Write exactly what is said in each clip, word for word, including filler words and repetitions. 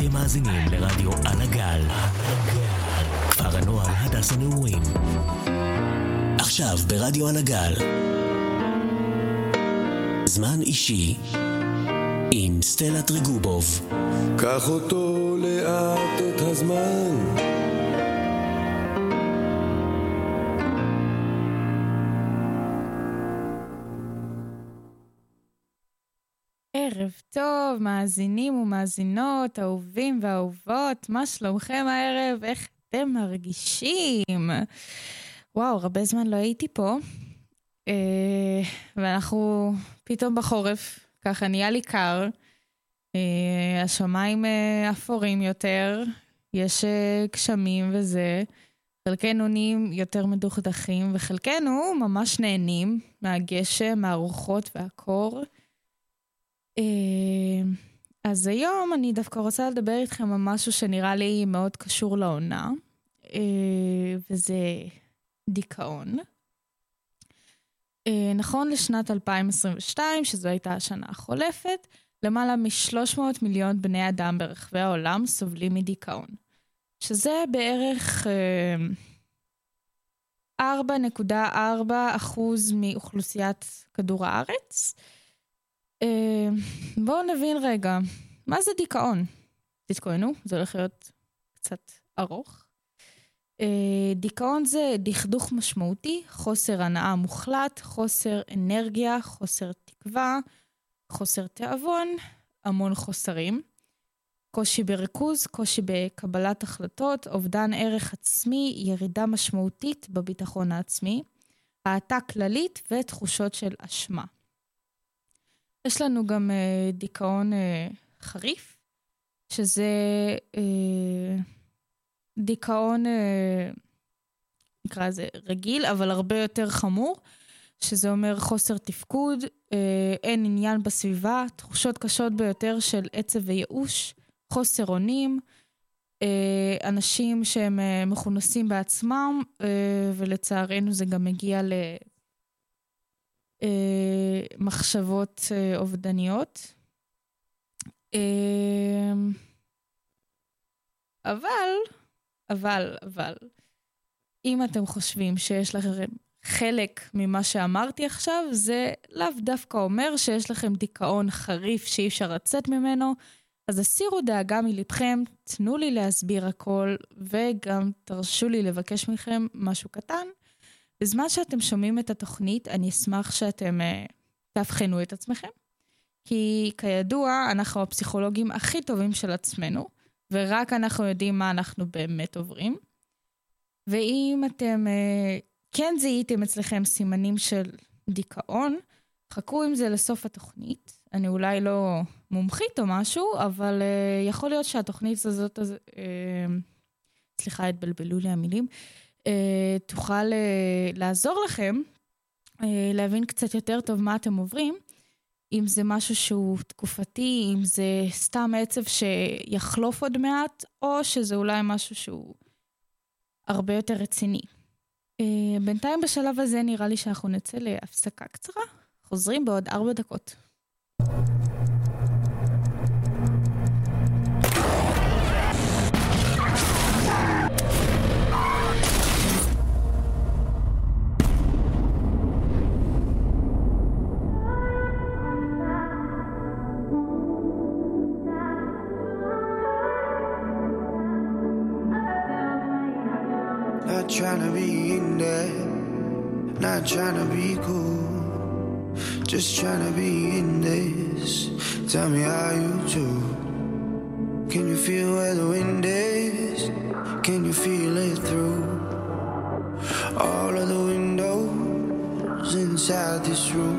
אתם מאזינים לרדיו על הגל, כפר הנוער הדס הנעורים. עכשיו ברדיו על הגל, זמן אישי עם סטלה טריגובוב. קח אותו לאט את הזמן, ערב טוב, מאזינים ומאזינות, אהובים ואהובות, מה שלומכם הערב? איך אתם מרגישים? וואו, הרבה זמן לא הייתי פה, אה, ואנחנו פתאום בחורף, ככה נהיה לי קר, אה, השמיים אה, אפורים יותר, יש אה, גשמים וזה, חלקנו נהיים יותר מדוכדכים, וחלקנו ממש נהנים מהגשם, מהרוחות והקור. אז היום אני דווקא רוצה לדבר איתכם על משהו שנראה לי מאוד קשור לעונה, וזה דיכאון. נכון לשנת אלפיים עשרים ושתיים, שזו הייתה השנה החולפת, למעלה מ-שלוש מאות מיליון בני אדם ברחבי העולם סובלים מדיכאון, שזה בערך ארבע נקודה ארבע אחוז מאוכלוסיית כדור הארץ. בואו נבין רגע, מה זה דיכאון? תתכוננו, זה הולך להיות קצת ארוך. דיכאון זה דכדוך משמעותי, חוסר הנאה מוחלט, חוסר אנרגיה, חוסר תקווה, חוסר תאבון, המון חוסרים. קושי בריכוז, קושי בקבלת החלטות, אובדן ערך עצמי, ירידה משמעותית בביטחון העצמי, האטה כללית ותחושות של אשמה. יש לנו גם אה, דיכאון אה, חריף, שזה אה, דיכאון, אה, נקרא זה רגיל, אבל הרבה יותר חמור, שזה אומר חוסר תפקוד, אה, אין עניין בסביבה, תחושות קשות ביותר של עצב וייאוש, חוסר אונים, אה, אנשים שהם אה, מכונסים בעצמם, אה, ולצערנו זה גם מגיע ל... מחשבות אובדניות. אבל, אבל, אבל, אם אתם חושבים שיש לכם חלק ממה שאמרתי עכשיו, זה לאו דווקא אומר שיש לכם דיכאון חריף שאי אפשר לצאת ממנו, אז הסירו דאגה מלבכם, תנו לי להסביר הכל, וגם תרשו לי לבקש מכם משהו קטן. בזמן שאתם שומעים את התוכנית, אני אשמח שאתם uh, תאבחנו את עצמכם, כי כידוע, אנחנו הפסיכולוגים הכי טובים של עצמנו, ורק אנחנו יודעים מה אנחנו באמת עוברים. ואם אתם uh, כן זיהיתם אצלכם סימנים של דיכאון, חכו עם זה לסוף התוכנית. אני אולי לא מומחית או משהו, אבל uh, יכול להיות שהתוכנית הזאת, uh, סליחה, התבלבלו לי המילים, תוכל לעזור לכם להבין קצת יותר טוב מה אתם עוברים, אם זה משהו שהוא תקופתי, אם זה סתם עצב שיחלוף עוד מעט, או שזה אולי משהו שהוא הרבה יותר רציני. בינתיים בשלב הזה נראה לי שאנחנו נצא להפסקה קצרה, חוזרים בעוד ארבע דקות. Not trying to be in there, not trying to be cool, just trying to be in this. Tell me how you do. Can you feel where the wind is? Can you feel it through all of the windows inside this room?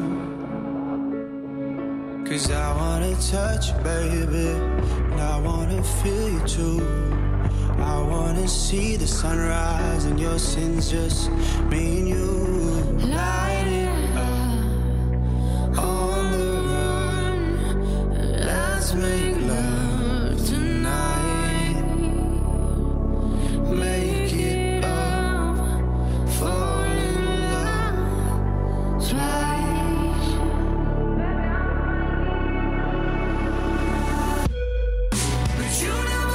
Cause I wanna touch you, baby, and I wanna feel you too. I wanna see the sunrise and your sins, just me and you. Light it up on the run. Let's make love tonight. Make it up, fall in love twice. But you know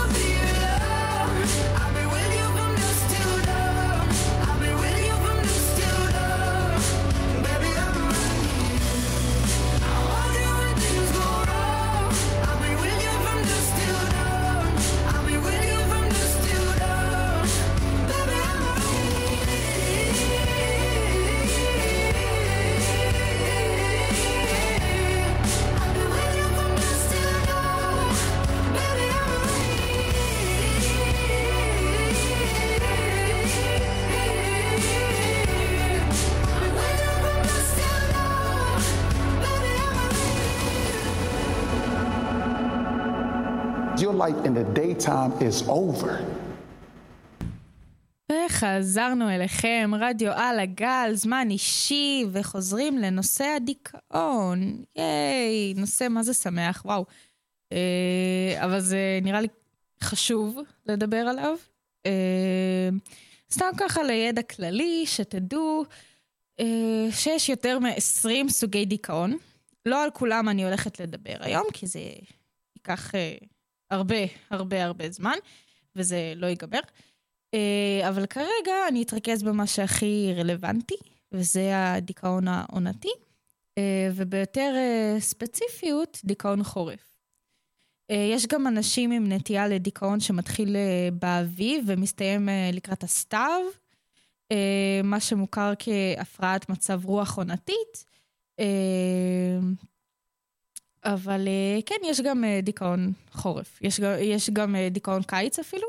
life in the daytime is over. וחזרנו אליכם, רדיו על הגל, זמן אישי, וחוזרים לנושא הדיכאון. ייי, נושא מה זה שמח, וואו. אה, אבל זה נראה לי חשוב לדבר עליו. אה, סתם ככה לידע כללי, שתדעו אה, שיש יותר מ-עשרים סוגי דיכאון. לא על כולם אני הולכת לדבר היום, כי זה ייקח אה, הרבה, הרבה, הרבה זמן, וזה לא ייגמר. אבל כרגע אני אתרכז במה שהכי רלוונטי, וזה הדיכאון העונתי, וביותר ספציפיות, דיכאון חורף. יש גם אנשים עם נטייה לדיכאון שמתחיל באביב ומסתיים לקראת הסתיו, מה שמוכר כהפרעת מצב רוח עונתית, אבל כן, יש גם דיכאון חורף, יש גם, יש גם דיכאון קיץ אפילו,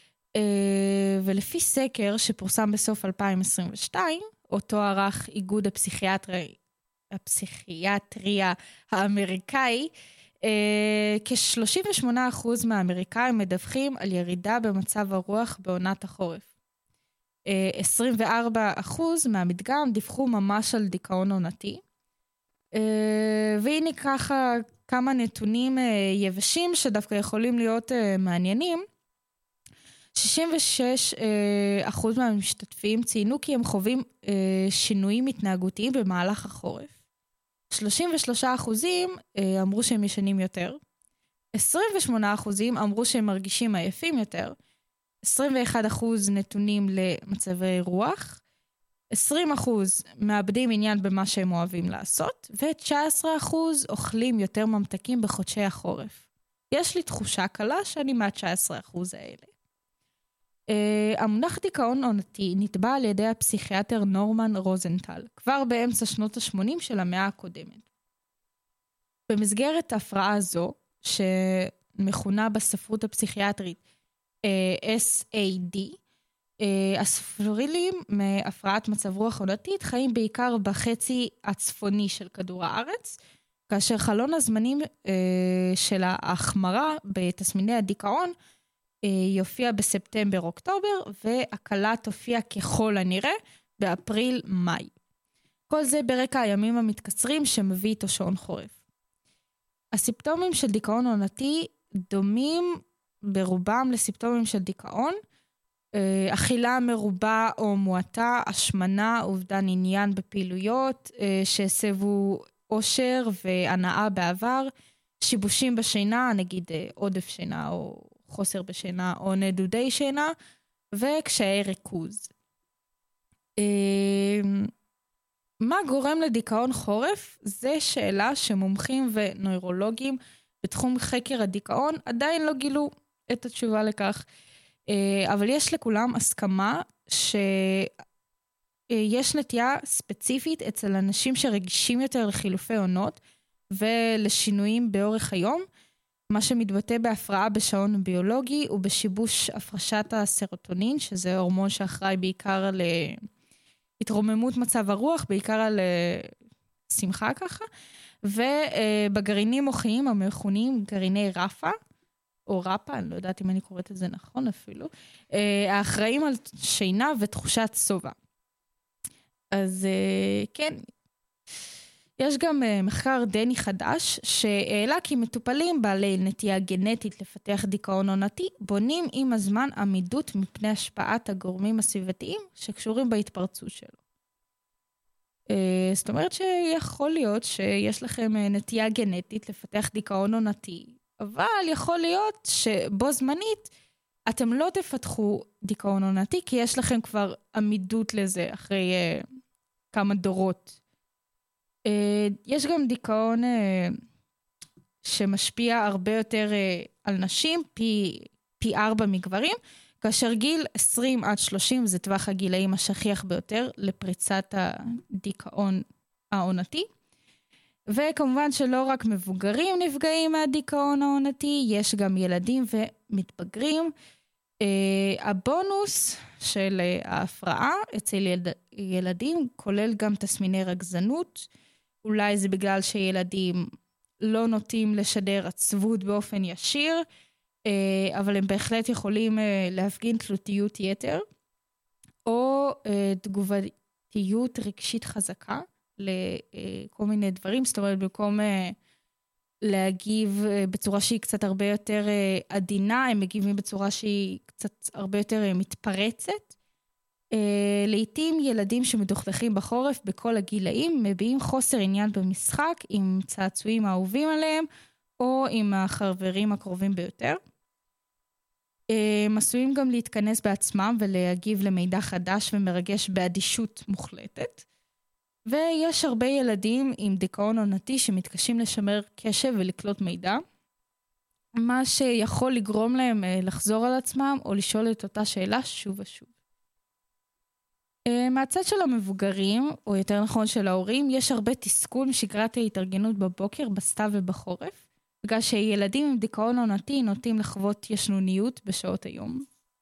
ולפי סקר שפורסם בסוף אלפיים עשרים ושתיים, אותו ערך איגוד הפסיכיאטרי, הפסיכיאטריה האמריקאי, כ-שלושים ושמונה אחוז מהאמריקאים מדווחים על ירידה במצב הרוח בעונת החורף. עשרים וארבעה אחוז מהמדגם דיווחו ממש על דיכאון עונתי. והנה ככה כמה נתונים יבשים שדווקא יכולים להיות מעניינים. שישים ושש אחוז מהמשתתפים ציינו כי הם חווים שינויים התנהגותיים במהלך החורף. שלושים ושלושה אחוזים אמרו שהם ישנים יותר. עשרים ושמונה אחוזים אמרו שהם מרגישים עייפים יותר. עשרים ואחד אחוז נתונים למצבי רוח. עשרים אחוז מאבדים עניין במה שהם אוהבים לעשות. ו-תשעה עשר אחוז אוכלים יותר ממתקים בחודשי החורף. יש לי תחושה קלה שאני מה-תשעה עשר אחוז האלה. Uh, המונח דיכאון עונתי נטבע על ידי הפסיכיאטר נורמן רוזנטל, כבר באמצע שנות ה-שמונים של המאה הקודמת. במסגרת ההפרעה הזו, שמכונה בספרות הפסיכיאטרית uh, אס איי די, uh, הספרילים מהפרעת מצב רוח עונתית חיים בעיקר בחצי הצפוני של כדור הארץ, כאשר חלון הזמנים uh, של ההחמרה בתסמיני הדיכאון יופיע בספטמבר-אוקטובר, והקלה תופיע ככל הנראה באפריל-מאי. כל זה ברקע הימים המתקצרים שמביא איתו שעון חורף. הסימפטומים של דיכאון עונתי דומים ברובם לסימפטומים של דיכאון, אכילה מרובה או מועטה, השמנה, אובדן עניין בפעילויות שהסבו אושר והנאה בעבר, שיבושים בשינה, נגיד עודף שינה או חוסר בשינה או נדודי שינה, וקשיי ריכוז. מה גורם לדיכאון חורף? זה שאלה שמומחים ונוירולוגים בתחום חקר הדיכאון עדיין לא גילו את התשובה לכך. אבל יש לכולם הסכמה שיש נטייה ספציפית אצל אנשים שרגישים יותר לחילופי עונות ולשינויים באורך היום, מה שמתבטא בהפרעה בשעון ביולוגי ובשיבוש הפרשת הסרוטונין, שזה הורמון שאחראי בעיקר על התרוממות מצב הרוח, בעיקר על שמחה ככה, ובגרעינים מוחיים המכונים גרעיני רפה, או רפה, אני לא יודעת אם אני קוראת את זה נכון אפילו, האחראים על שינה ותחושת סובה. אז כן, יש גם מחקר דני חדש שהעלה כי מטופלים בעלי נטייה גנטית לפתח דיכאון עונתי בונים עם הזמן עמידות מפני השפעת הגורמים הסביבתיים שקשורים בהתפרצות שלו. זאת אומרת שיכול להיות שיש לכם נטייה גנטית לפתח דיכאון עונתי, אבל יכול להיות שבו זמנית אתם לא תפתחו דיכאון עונתי כי יש לכם כבר עמידות לזה אחרי כמה דורות. יש גם דיכאון שמשפיע הרבה יותר על נשים, פי, פי ארבע מגברים, כאשר גיל עשרים עד שלושים זה טווח הגילאים השכיח ביותר לפריצת הדיכאון העונתי. וכמובן שלא רק מבוגרים נפגעים מהדיכאון העונתי, יש גם ילדים ומתבגרים. הבונוס של ההפרעה אצל ילדים כולל גם תסמיני רגזנות, אולי זה בגלל שילדים לא נוטים לשדר עצבות באופן ישיר, אבל הם בהחלט יכולים להפגין תלותיות יתר, או תגובתיות רגשית חזקה לכל מיני דברים, זאת אומרת, במקום להגיב בצורה שהיא קצת הרבה יותר עדינה, הם מגיבים בצורה שהיא קצת הרבה יותר מתפרצת. לעתים ילדים שמדוכדכים בחורף בכל הגילאים מביעים חוסר עניין במשחק עם צעצועים האהובים עליהם, או עם החברים הקרובים ביותר. הם עשויים גם להתכנס בעצמם ולהגיב למידע חדש ומרגש באדישות מוחלטת. ויש הרבה ילדים עם דיכאון עונתי שמתקשים לשמר קשב ולקלוט מידע, מה שיכול לגרום להם לחזור על עצמם או לשאול את אותה שאלה שוב ושוב. מהצד של המבוגרים, או יותר נכון של ההורים, יש הרבה תסכול משגרת ההתארגנות בבוקר, בסתיו ובחורף, בגלל שילדים עם דיכאון עונתי נוטים לחוות ישנוניות בשעות היום.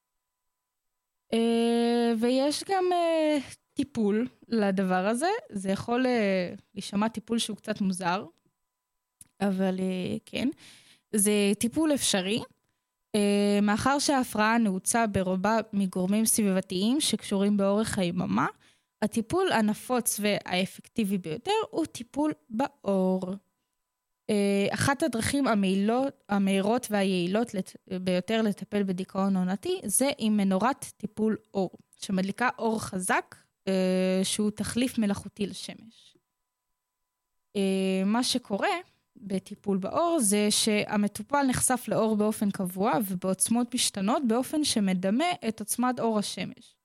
ויש גם טיפול לדבר הזה, זה יכול להישמע טיפול שהוא קצת מוזר, אבל כן, זה טיפול אפשרי, מאחר שההפרעה נעוצה ברובה מגורמים סביבתיים שקשורים באורך היממה, הטיפול הנפוץ והאפקטיבי ביותר הוא טיפול באור. אחת הדרכים המהירות, המהירות והיעילות ביותר לטפל בדיכאון עונתי זה עם מנורת טיפול אור, שמדליקה אור חזק שהוא תחליף מלאכותי לשמש. מה שקורה בטיפול באור זה שהמטופל נחשף לאור באופן קבוע ובעוצמות משתנות באופן שמדמה את עוצמת אור השמש.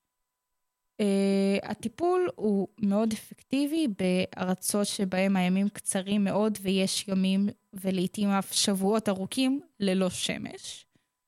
הטיפול הוא מאוד אפקטיבי בארצות שבהם הימים קצרים מאוד ויש ימים ולעיתים אף שבועות ארוכים ללא שמש.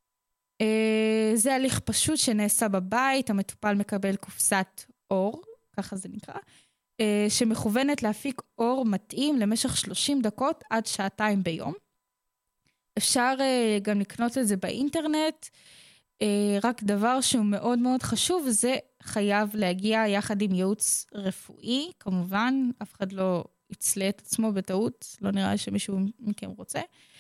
זה הליך פשוט שנעשה בבית, המטופל מקבל קופסת אור, ככה זה נקרא, שמכוונת להפיק אור מתאים למשך שלושים דקות עד שעתיים ביום. אפשר גם לקנות את זה באינטרנט, רק דבר שהוא מאוד מאוד חשוב, זה חייב להגיע יחד עם ייעוץ רפואי, כמובן, אף אחד לא יצלה את עצמו בטעות, לא נראה שמישהו מכם רוצה.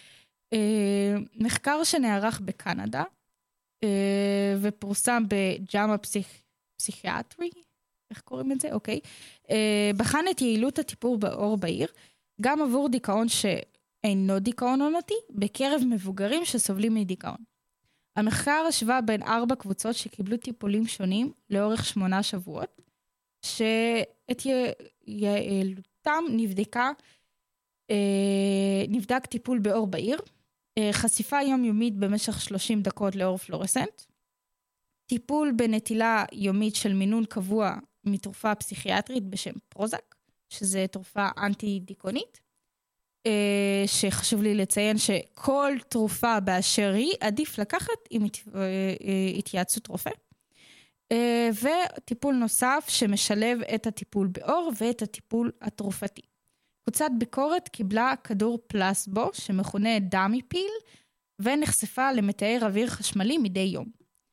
מחקר שנערך בקנדה, ופורסם בג'אמה פסיכיאטרי, איך קוראים את זה? אוקיי. בחן את יעילות הטיפול באור בעיר, גם עבור דיכאון שאינו דיכאון עונתי, בקרב מבוגרים שסובלים מדיכאון. המחקר השווה בין ארבע קבוצות שקיבלו טיפולים שונים לאורך שמונה שבועות, שאת יעילותם נבדקה, נבדק טיפול באור בעיר, חשיפה יומיומית במשך שלושים דקות לאור פלורסנט, טיפול בנטילה יומית של מינון קבוע מתרופה פסיכיאטרית בשם פרוזק, שזה תרופה אנטי-דיכאונית, שחשוב לי לציין שכל תרופה באשר היא עדיף לקחת עם התייעצות רופא, וטיפול נוסף שמשלב את הטיפול באור ואת הטיפול התרופתי. קבוצת ביקורת קיבלה כדור פלסבו שמכונה דמי פיל, ונחשפה למטהר אוויר חשמלי מדי יום.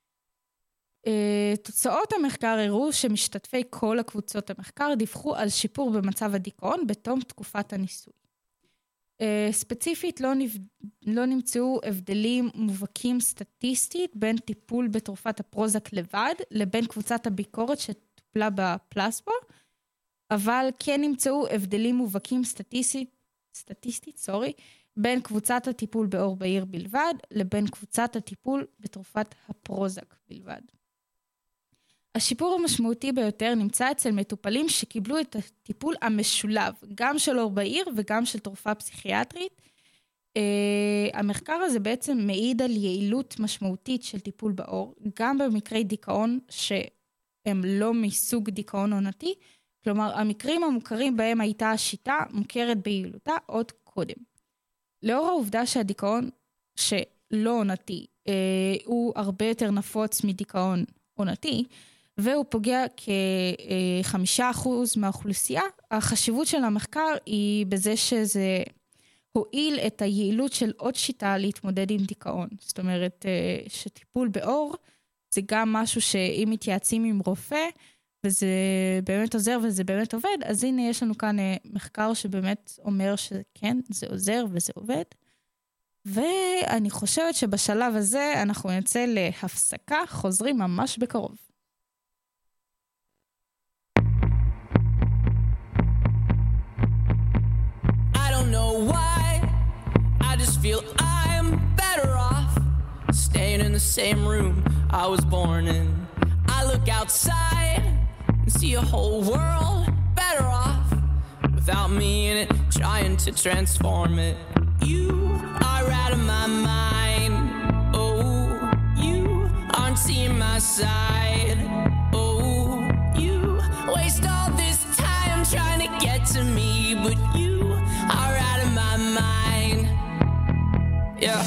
תוצאות המחקר הראו שמשתתפי כל הקבוצות המחקר דיווחו על שיפור במצב הדיכאון בתום תקופת הניסוי. ספציפית לא, נב... לא נמצאו הבדלים מובהקים סטטיסטית בין טיפול בתרופת הפרוזק לבד לבין קבוצת הביקורת שטופלה בפלסבו, אבל כן נמצאו הבדלים מובהקים סטטיסטית, סטטיסטית, סורי, בין קבוצת הטיפול באור בעיר בלבד לבין קבוצת הטיפול בתרופת הפרוזק בלבד. השיפור המשמעותי ביותר נמצא אצל מטופלים שקיבלו את הטיפול המשולב, גם של אור בעיר וגם של תרופה פסיכיאטרית. המחקר הזה בעצם מעיד על יעילות משמעותית של טיפול באור, גם במקרי דיכאון שהם לא מסוג דיכאון עונתי, כלומר המקרים המוכרים בהם הייתה השיטה מוכרת ביעילותה עוד קודם. לאור העובדה שהדיכאון שלא עונתי הוא הרבה יותר נפוץ מדיכאון עונתי, והוא פוגע כ-חמישה אחוז מהאוכלוסייה, החשיבות של המחקר היא בזה שזה הועיל את היעילות של עוד שיטה להתמודד עם דיכאון. זאת אומרת, שטיפול באור זה גם משהו שאם מתייעצים עם רופא, וזה באמת עוזר וזה באמת עובד, אז הנה יש לנו כאן מחקר שבאמת אומר שכן, זה עוזר וזה עובד. ואני חושבת שבשלב הזה אנחנו נצא להפסקה, חוזרים ממש בקרוב. I don't know why, I just feel I'm better off staying in the same room I was born in. I look outside and see a whole world better off without me in it, trying to transform it. You are out of my mind. Oh, you aren't seeing my side. Oh, you waste all this time trying to get to me, but you are out of my mind. Yeah.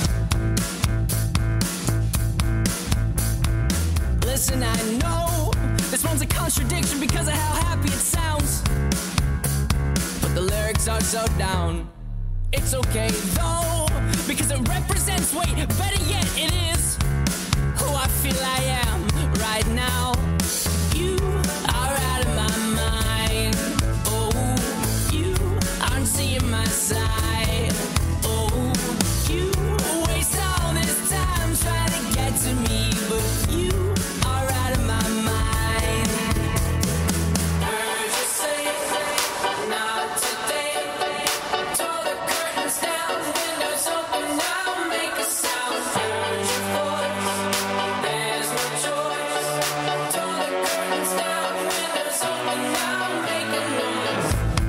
Listen, I know this one's a contradiction because of how happy it sounds, but the lyrics are so down. It's okay though, because it represents, wait, better yet, it is who I feel I am right now. You are out of my mind. Oh, you aren't seeing my side. Oh, you waste all this time trying to get to me, but you are out of my mind. Heard you say, not today. Tore the curtains down, windows open now, make a sound. Heard your voice, there's no choice. Tore the curtains down, windows open now, make a noise.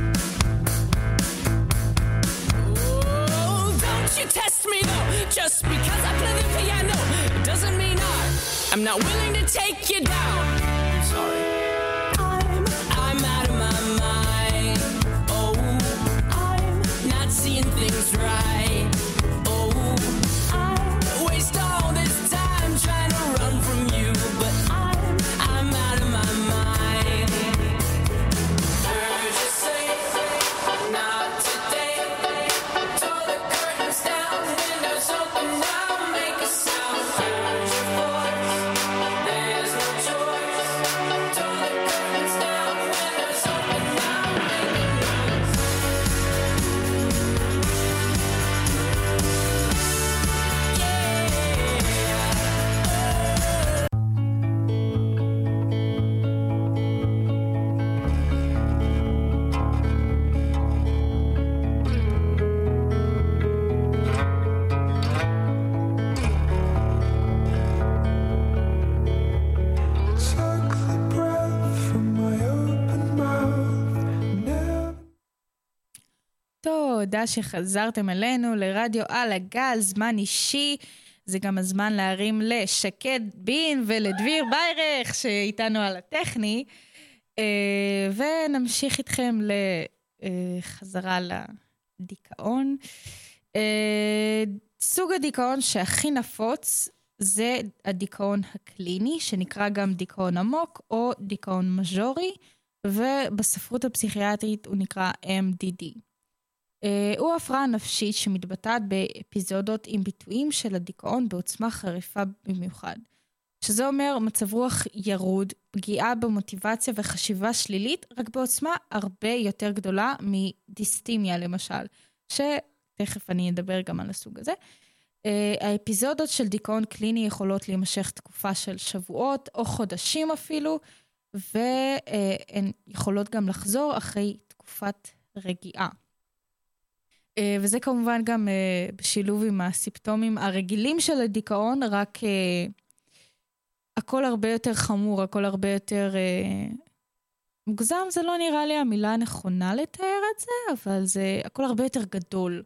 Oh, don't you test me though, just because I play the piano, it doesn't mean I, I'm not willing to take you down. I'm sorry. I'm, I'm out of my mind. Oh, I'm not seeing things right. Oh, I waste all this time trying to run from you, but I'm, I'm out of my mind. Heard you say, not today. Tore the curtains down, windows open now, make a sound. Heard your voice, there's no choice. Tore the curtains down, windows open now, make a noise. Took the breath from my open mouth. Never תודה שחזרתם אלינו לרדיו על הגל, זמן אישי. זה גם הזמן להרים לשקד בין ולדביר ביירך שאיתנו על הטכני. אה, ונמשיך איתכם לחזרה לדיכאון. אה, סוג הדיכאון שהכי נפוץ זה הדיכאון הקליני, שנקרא גם דיכאון עמוק או דיכאון מז'ורי, ובספרות הפסיכיאטרית הוא נקרא אם די די. Uh, הוא הפרעה נפשית שמתבטאת באפיזודות עם ביטויים של הדיכאון בעוצמה חריפה במיוחד. שזה אומר מצב רוח ירוד, פגיעה במוטיבציה וחשיבה שלילית, רק בעוצמה הרבה יותר גדולה מדיסטימיה למשל, שתכף אני אדבר גם על הסוג הזה. Uh, האפיזודות של דיכאון קליני יכולות להימשך תקופה של שבועות או חודשים אפילו, והן יכולות גם לחזור אחרי תקופת רגיעה. Uh, וזה כמובן גם uh, בשילוב עם הסימפטומים הרגילים של הדיכאון, רק uh, הכל הרבה יותר חמור, הכל הרבה יותר uh, מוגזם, זה לא נראה לי המילה הנכונה לתאר את זה, אבל זה הכל הרבה יותר גדול.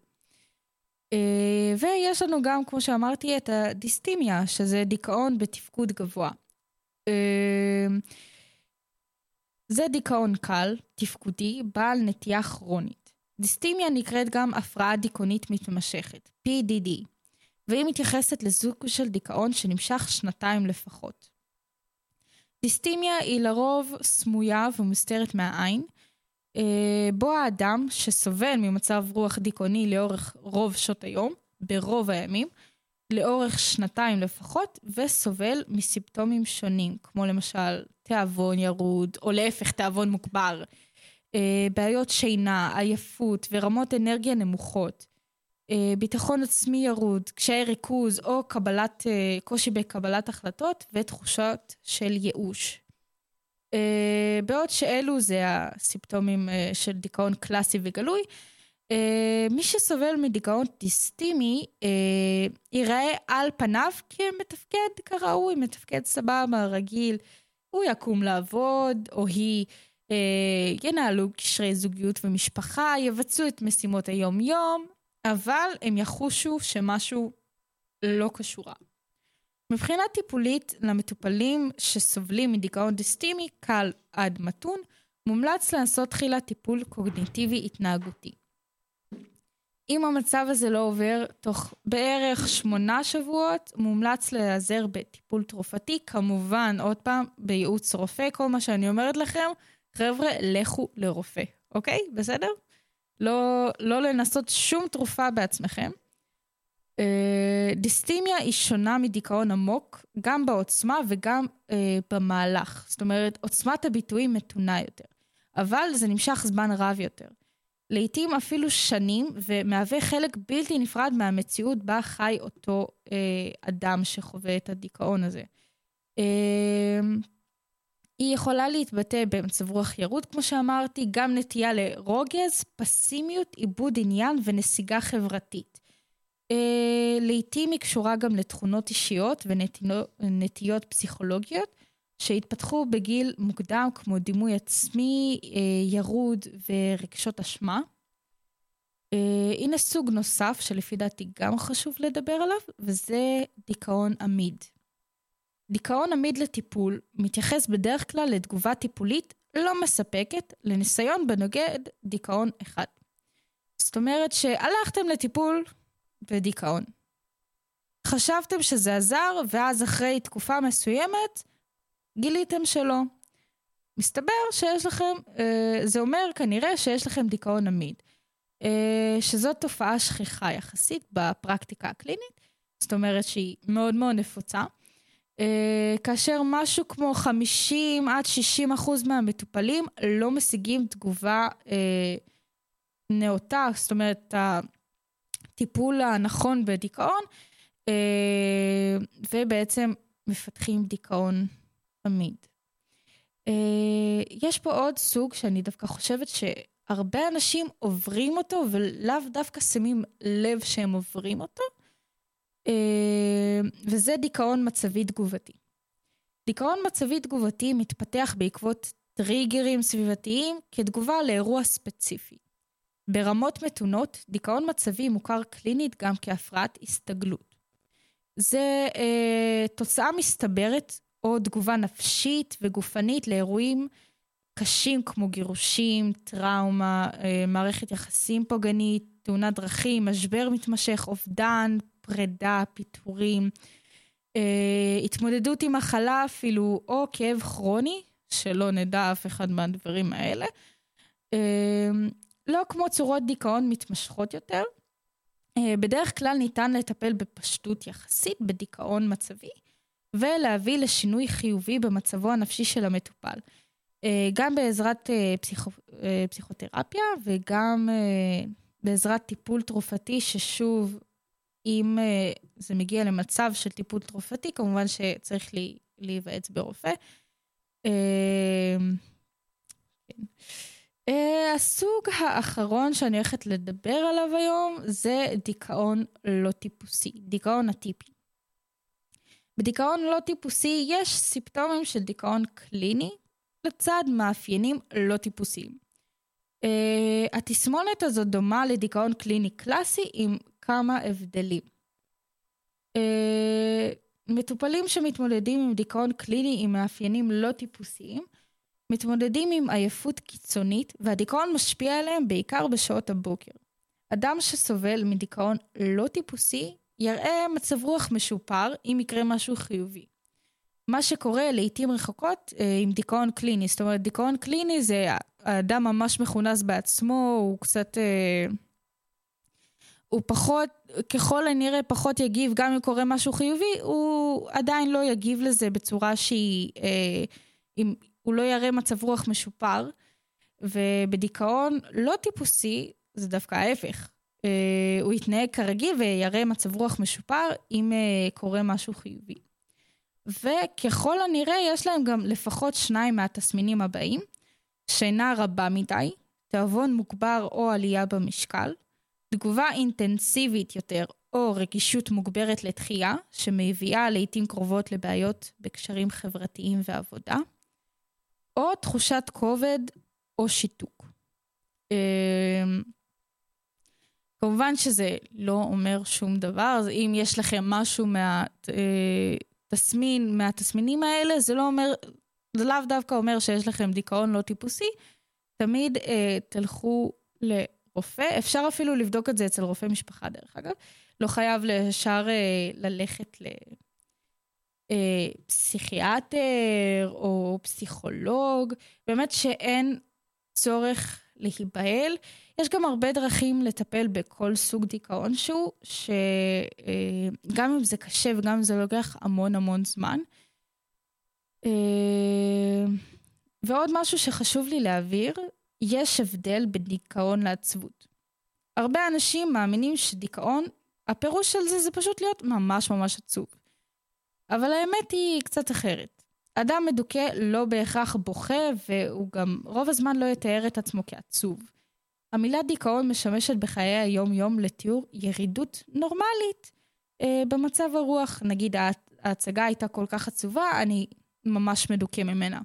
Uh, ויש לנו גם, כמו שאמרתי, את הדיסטימיה, שזה דיכאון בתפקוד גבוה. Uh, זה דיכאון קל, תפקודי, בעל נטייה כרונית. דיסטימיה נקראת גם הפרעה דיכאונית מתמשכת, פי די די, והיא מתייחסת לזוג של דיכאון שנמשך שנתיים לפחות. דיסטימיה היא לרוב סמויה ומוסתרת מהעין, בו האדם שסובל ממצב רוח דיכאוני לאורך רוב שעות היום, ברוב הימים, לאורך שנתיים לפחות, וסובל מסימפטומים שונים, כמו למשל תיאבון ירוד, או להפך תיאבון מוגבר, בעיות שינה, עייפות ורמות אנרגיה נמוכות. ביטחון עצמי ירוד, קשיי ריכוז או קבלת, קושי בקבלת החלטות ותחושות של ייאוש. בעוד שאלו זה הסימפטומים של דיכאון קלאסי וגלוי, מי שסובל מדיכאון דיסטימי ייראה על פניו כמתפקד כראוי, מתפקד סבבה, רגיל, הוא יקום לעבוד או היא ינהלו קשרי זוגיות ומשפחה, יבצעו את משימות היום יום, אבל הם יחושו שמשהו לא קשורה. מבחינה טיפולית למטופלים שסובלים מדיכאון דיסטימי, קל עד מתון, מומלץ לעשות תחילה טיפול קוגניטיבי התנהגותי. אם המצב הזה לא עובר תוך בערך שמונה שבועות, מומלץ להיעזר בטיפול תרופתי, כמובן עוד פעם בייעוץ רופא, כל מה שאני אומרת לכם, חבר'ה, לכו לרופא, אוקיי? בסדר? לא, לא לנסות שום תרופה בעצמכם. דיסטימיה היא שונה מדיכאון עמוק, גם בעוצמה וגם במהלך. זאת אומרת, עוצמת הביטויים מתונה יותר, אבל זה נמשך זמן רב יותר. לעתים אפילו שנים, ומהווה חלק בלתי נפרד מהמציאות בה חי אותו אדם שחווה את הדיכאון הזה. היא יכולה להתבטא במצב רוח ירוד, כמו שאמרתי, גם נטייה לרוגז, פסימיות, עיבוד עניין ונסיגה חברתית. לעתים היא קשורה גם לתכונות אישיות ונטיות פסיכולוגיות, שהתפתחו בגיל מוקדם, כמו דימוי עצמי, ירוד ורגשות אשמה. הנה סוג נוסף שלפי דעתי גם חשוב לדבר עליו, וזה דיכאון עמיד. דיכאון עמיד לטיפול מתייחס בדרך כלל לתגובה טיפולית לא מספקת לניסיון בנוגד דיכאון אחד. זאת אומרת שהלכתם לטיפול בדיכאון. חשבתם שזה עזר, ואז אחרי תקופה מסוימת גיליתם שלא. מסתבר שיש לכם, זה אומר כנראה שיש לכם דיכאון עמיד, שזאת תופעה שכיחה יחסית בפרקטיקה הקלינית, זאת אומרת שהיא מאוד מאוד נפוצה, כאשר משהו כמו חמישים עד שישים אחוז מהמטופלים לא משיגים תגובה נאותה, זאת אומרת הטיפול הנכון בדיכאון, ובעצם מפתחים דיכאון עמיד. יש פה עוד סוג שאני דווקא חושבת שהרבה אנשים עוברים אותו, ולאו דווקא שמים לב שהם עוברים אותו, וזה דיכאון מצבי תגובתי. דיכאון מצבי תגובתי מתפתח בעקבות טריגרים סביבתיים כתגובה לאירוע ספציפי. ברמות מתונות, דיכאון מצבי מוכר קלינית גם כהפרעת הסתגלות. זה אה, תוצאה מסתברת או תגובה נפשית וגופנית לאירועים קשים כמו גירושים, טראומה, אה, מערכת יחסים פוגענית, תאונת דרכים, משבר מתמשך, אובדן, פרידה, פיטורים, אה, התמודדות עם מחלה אפילו, או כאב כרוני, שלא נדע אף אחד מהדברים האלה. אה, לא כמו צורות דיכאון מתמשכות יותר. אה, בדרך כלל ניתן לטפל בפשטות יחסית בדיכאון מצבי, ולהביא לשינוי חיובי במצבו הנפשי של המטופל. אה, גם בעזרת אה, פסיכו, אה, פסיכותרפיה, וגם אה, בעזרת טיפול תרופתי, ששוב, אם uh, זה מגיע למצב של טיפול תרופתי, כמובן שצריך לי, להיוועץ ברופא. Uh, כן. uh, הסוג האחרון שאני הולכת לדבר עליו היום, זה דיכאון לא טיפוסי, דיכאון הטיפי. בדיכאון לא טיפוסי יש סימפטומים של דיכאון קליני, לצד מאפיינים לא טיפוסיים. Uh, התסמונת הזאת דומה לדיכאון קליני קלאסי עם כמה הבדלים. Uh, מטופלים שמתמודדים עם דיכאון קליני עם מאפיינים לא טיפוסיים, מתמודדים עם עייפות קיצונית, והדיכאון משפיע עליהם בעיקר בשעות הבוקר. אדם שסובל מדיכאון לא טיפוסי יראה מצב רוח משופר אם יקרה משהו חיובי. מה שקורה לעתים רחוקות uh, עם דיכאון קליני, זאת אומרת דיכאון קליני זה האדם ממש מכונס בעצמו, הוא קצת, אה, הוא פחות, ככל הנראה פחות יגיב, גם אם קורה משהו חיובי, הוא עדיין לא יגיב לזה בצורה שהיא, אה, אם, הוא לא יראה מצב רוח משופר, ובדיכאון לא טיפוסי, זה דווקא ההפך. אה, הוא יתנהג כרגיל ויראה מצב רוח משופר אם אה, קורה משהו חיובי. וככל הנראה יש להם גם לפחות שניים מהתסמינים הבאים, שינה רבה מדי, תאבון מוגבר או עלייה במשקל, תגובה אינטנסיבית יותר או רגישות מוגברת לתחייה, שמביאה לעתים קרובות לבעיות בקשרים חברתיים ועבודה, או תחושת כובד או שיתוק. כמובן שזה לא אומר שום דבר, אז אם יש לכם משהו מהתסמין, מהתסמינים האלה, זה לא אומר, זה לאו דווקא אומר שיש לכם דיכאון לא טיפוסי, תמיד אה, תלכו לרופא, אפשר אפילו לבדוק את זה אצל רופא משפחה דרך אגב, לא חייב לשאר אה, ללכת לפסיכיאטר אה, או פסיכולוג, באמת שאין צורך להיבהל. יש גם הרבה דרכים לטפל בכל סוג דיכאון שהוא, שגם אם זה קשה וגם אם זה לוקח המון המון זמן. ועוד משהו שחשוב לי להעביר, יש הבדל בין דיכאון לעצבות. הרבה אנשים מאמינים שדיכאון, הפירוש של זה זה פשוט להיות ממש ממש עצוב. אבל האמת היא קצת אחרת. אדם מדוכא לא בהכרח בוכה, והוא גם רוב הזמן לא יתאר את עצמו כעצוב. המילה דיכאון משמשת בחיי היום-יום לתיאור ירידות נורמלית אה, במצב הרוח. נגיד ההצגה הייתה כל כך עצובה, אני ממש מדוכא ממנה.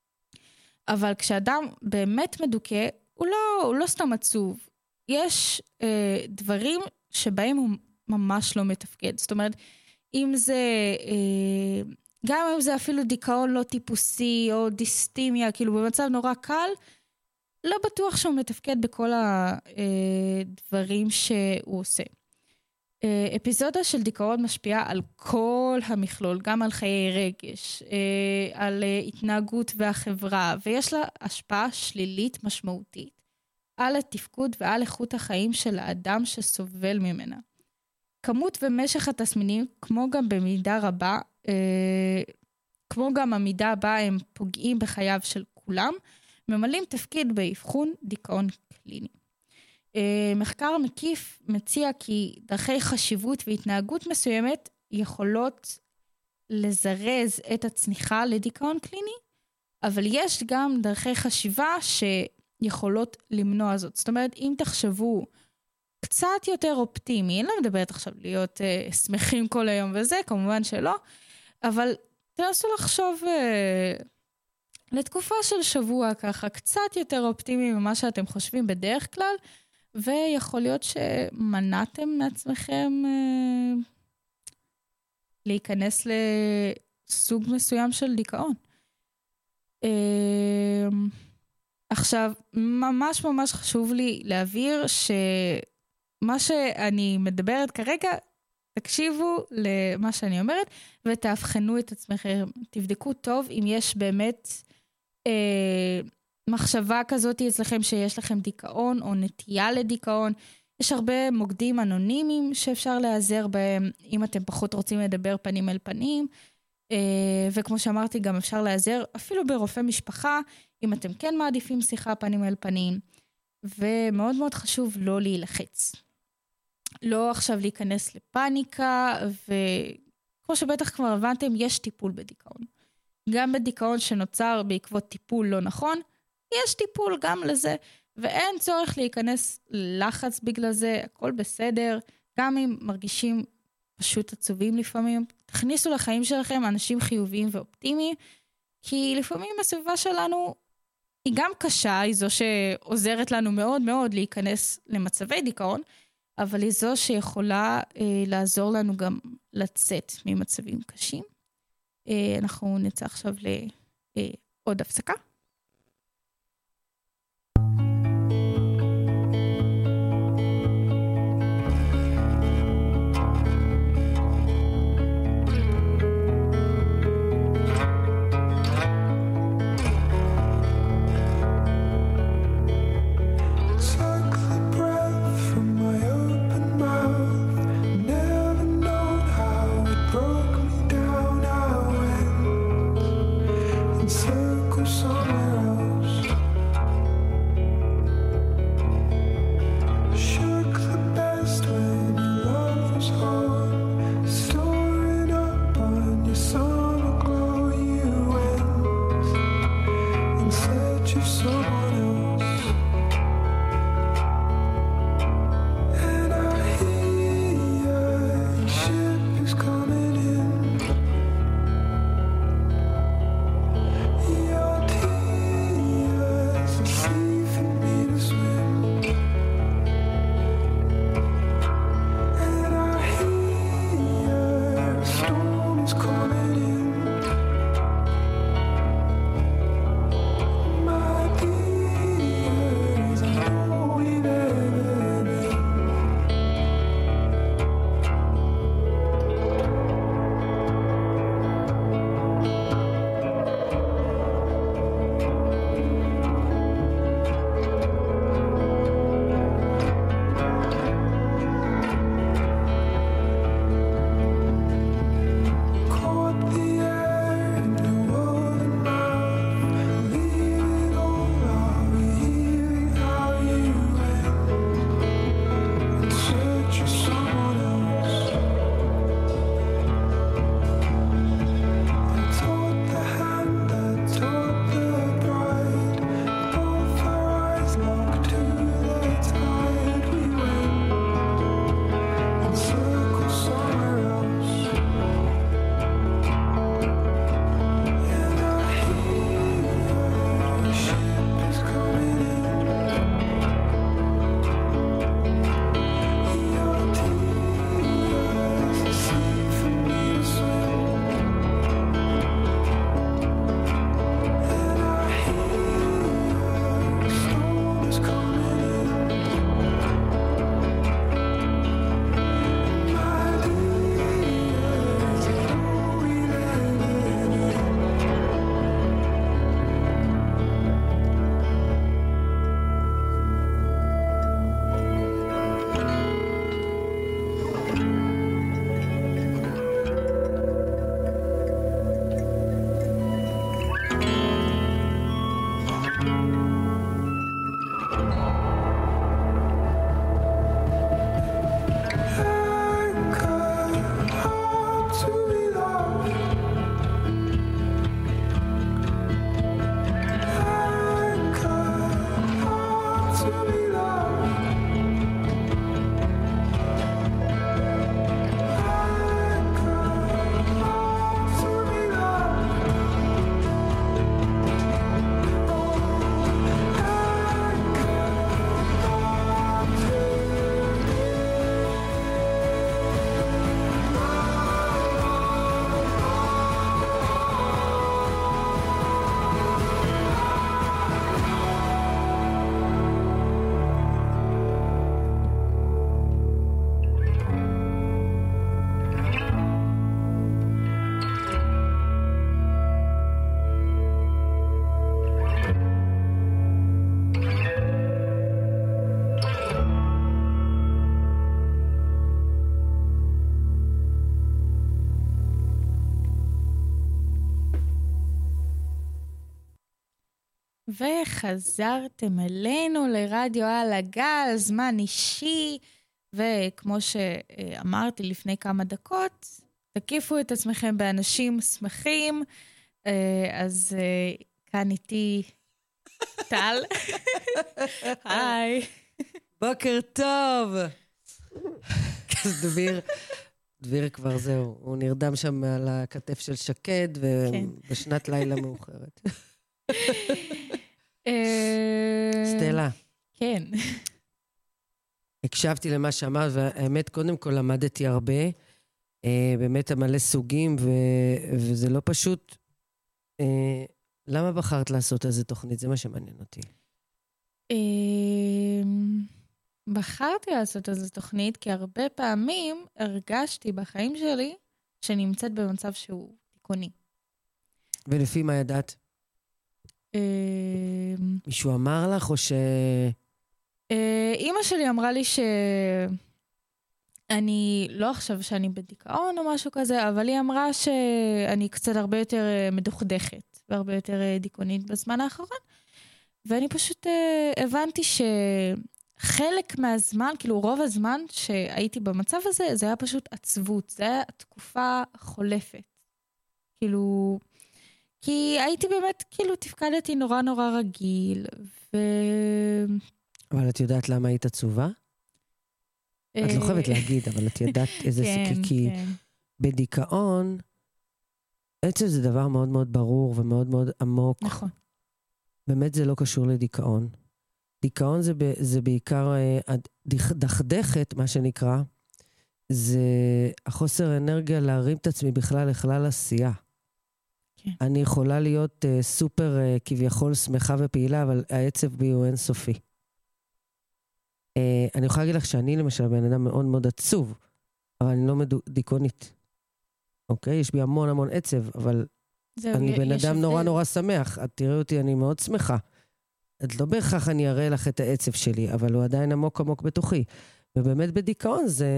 אבל כשאדם באמת מדוכא, הוא לא, הוא לא סתם עצוב. יש אה, דברים שבהם הוא ממש לא מתפקד. זאת אומרת, אם זה... אה, גם אם זה אפילו דיכאון לא טיפוסי או דיסטימיה, כאילו במצב נורא קל, לא בטוח שהוא מתפקד בכל הדברים שהוא עושה. אפיזודה של דיכאון משפיעה על כל המכלול, גם על חיי רגש, על התנהגות והחברה, ויש לה השפעה שלילית משמעותית על התפקוד ועל איכות החיים של האדם שסובל ממנה. כמות ומשך התסמינים, כמו גם במידה רבה, כמו גם המידה הבאה הם פוגעים בחייו של כולם, ממלאים תפקיד באבחון דיכאון קליני. מחקר מקיף מציע כי דרכי חשיבות והתנהגות מסוימת יכולות לזרז את הצניחה לדיכאון קליני, אבל יש גם דרכי חשיבה שיכולות למנוע זאת. זאת אומרת, אם תחשבו קצת יותר אופטימי, אני לא מדברת עכשיו להיות uh, שמחים כל היום וזה, כמובן שלא, אבל תנסו לחשוב uh, לתקופה של שבוע ככה, קצת יותר אופטימי ממה שאתם חושבים בדרך כלל, ויכול להיות שמנעתם מעצמכם uh, להיכנס לסוג מסוים של דיכאון. Uh, עכשיו, ממש ממש חשוב לי להבהיר ש... מה שאני מדברת כרגע, תקשיבו למה שאני אומרת, ותאבחנו את עצמכם. תבדקו טוב אם יש באמת אה, מחשבה כזאת אצלכם שיש לכם דיכאון או נטייה לדיכאון. יש הרבה מוקדים אנונימיים שאפשר להיעזר בהם, אם אתם פחות רוצים לדבר פנים אל פנים. אה, וכמו שאמרתי, גם אפשר להיעזר אפילו ברופא משפחה, אם אתם כן מעדיפים שיחה פנים אל פנים. ומאוד מאוד חשוב לא להילחץ. לא עכשיו להיכנס לפאניקה, וכמו שבטח כבר הבנתם, יש טיפול בדיכאון. גם בדיכאון שנוצר בעקבות טיפול לא נכון, יש טיפול גם לזה, ואין צורך להיכנס לחץ בגלל זה, הכל בסדר, גם אם מרגישים פשוט עצובים לפעמים, תכניסו לחיים שלכם אנשים חיוביים ואופטימיים, כי לפעמים הסביבה שלנו היא גם קשה, היא זו שעוזרת לנו מאוד מאוד להיכנס למצבי דיכאון, אבל היא זו שיכולה אה, לעזור לנו גם לצאת ממצבים קשים. אה, אנחנו נצא עכשיו לעוד הפסקה. Shook the bed וחזרתם אלינו לרדיו על הגל, זמן אישי, וכמו שאמרתי לפני כמה דקות, תקיפו את עצמכם באנשים שמחים, אז כאן איתי טל. היי. בוקר טוב. דביר, דביר כבר זהו, הוא נרדם שם על הכתף של שקד, ובשנת לילה מאוחרת. סטלה. כן. הקשבתי למה שאמרת, והאמת, קודם כל למדתי הרבה, באמת המלא סוגים, וזה לא פשוט. למה בחרת לעשות איזה תוכנית? זה מה שמעניין אותי. בחרתי לעשות איזה תוכנית, כי הרבה פעמים הרגשתי בחיים שלי שנמצאת במצב שהוא תיקוני. ולפי מה ידעת? מישהו אמר לך או ש... אמא שלי אמרה לי שאני, לא עכשיו שאני בדיכאון או משהו כזה, אבל היא אמרה שאני קצת הרבה יותר מדוכדכת, והרבה יותר דיכאונית בזמן האחרון, ואני פשוט הבנתי שחלק מהזמן, כאילו רוב הזמן שהייתי במצב הזה, זה היה פשוט עצבות, זה היה תקופה חולפת. כאילו... כי הייתי באמת, כאילו, תפקדתי נורא נורא רגיל, ו... אבל את יודעת למה היית עצובה? את לא חייבת להגיד, אבל את יודעת איזה סיכי, כי בדיכאון, בעצם זה דבר מאוד מאוד ברור ומאוד מאוד עמוק. נכון. באמת זה לא קשור לדיכאון. דיכאון זה, זה בעיקר, דחדכת, מה שנקרא, זה החוסר אנרגיה להרים את עצמי בכלל לכלל עשייה. כן. אני יכולה להיות uh, סופר uh, כביכול שמחה ופעילה, אבל העצב בי הוא אינסופי. Uh, אני יכולה להגיד לך שאני למשל בן אדם מאוד מאוד עצוב, אבל אני לא דיכאונית. אוקיי? יש בי המון המון עצב, אבל זהו, אני בן אדם הבדל. נורא נורא שמח. את תראי אותי, אני מאוד שמחה. את לא בהכרח אני אראה לך את העצב שלי, אבל הוא עדיין עמוק עמוק בתוכי. ובאמת בדיכאון זה...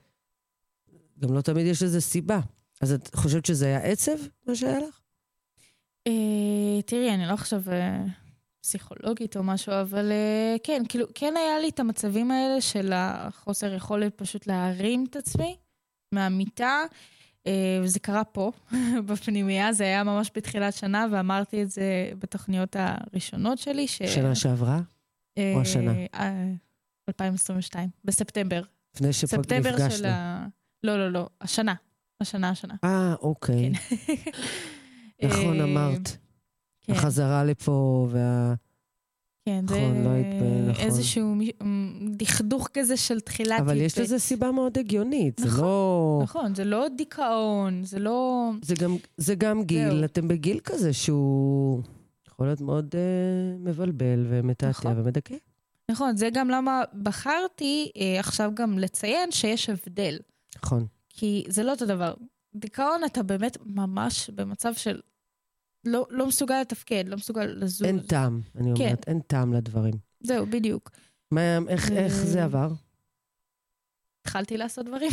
גם לא תמיד יש לזה סיבה. אז את חושבת שזה היה עצב, מה שהיה לך? תראי, אני לא חושב פסיכולוגית או משהו, אבל כן, כאילו, כן היה לי את המצבים האלה של החוסר יכולת פשוט להרים את עצמי מהמיטה, וזה קרה פה, בפנימיה, זה היה ממש בתחילת שנה, ואמרתי את זה בתוכניות הראשונות שלי. שנה שעברה? או השנה? אלפיים עשרים ושתיים, בספטמבר. לפני שפה נפגשנו. לא, לא, לא, השנה. השנה, השנה. אה, אוקיי. נכון, אמרת. החזרה לפה וה... כן, זה איזשהו דכדוך כזה של תחילת... אבל יש לזה סיבה מאוד הגיונית. נכון, זה לא דיכאון, זה לא... זה גם גיל, אתם בגיל כזה שהוא יכול להיות מאוד מבלבל ומתעתע ומדכא. נכון, זה גם למה בחרתי עכשיו גם לציין שיש הבדל. נכון. כי זה לא אותו דבר. דיכאון אתה באמת ממש במצב של לא, לא מסוגל לתפקד, לא מסוגל לזוז. אין טעם, אני אומרת, כן. אין טעם לדברים. זהו, בדיוק. מה, איך, איך זה עבר? התחלתי לעשות דברים.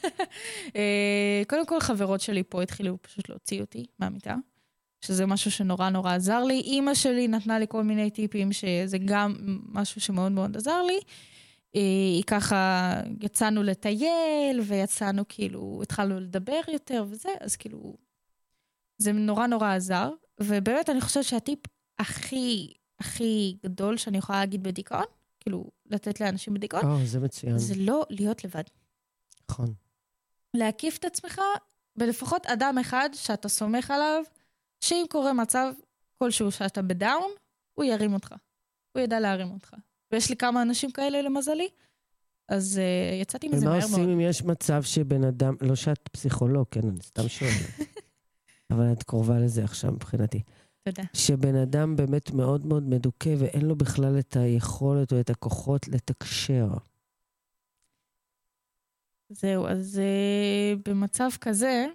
קודם כל חברות שלי פה התחילו פשוט להוציא אותי מהמיטה, שזה משהו שנורא נורא עזר לי. אמא שלי נתנה לי כל מיני טיפים שזה גם משהו שמאוד מאוד עזר לי. היא ככה, יצאנו לטייל, ויצאנו כאילו, התחלנו לדבר יותר וזה, אז כאילו, זה נורא נורא עזר, ובאמת אני חושבת שהטיפ הכי, הכי גדול שאני יכולה להגיד בדיכאון, כאילו, לתת לאנשים בדיכאון, או, זה מצוין. זה לא להיות לבד. נכון. להקיף את עצמך, בלפחות אדם אחד שאתה סומך עליו, שאם קורה מצב כלשהו שאתה בדאון, הוא ירים אותך. הוא ידע להרים אותך. ויש לי כמה אנשים כאלה למזלי, אז uh, יצאתי מזה מהר מאוד. ומה עושים אם יש מצב שבן אדם, לא שאת פסיכולוג, כן, אני סתם שואלת, אבל את קרובה לזה עכשיו מבחינתי. תודה. שבן אדם באמת מאוד מאוד מדוכא, ואין לו בכלל את היכולת או את הכוחות לתקשר. זהו, אז uh, במצב כזה,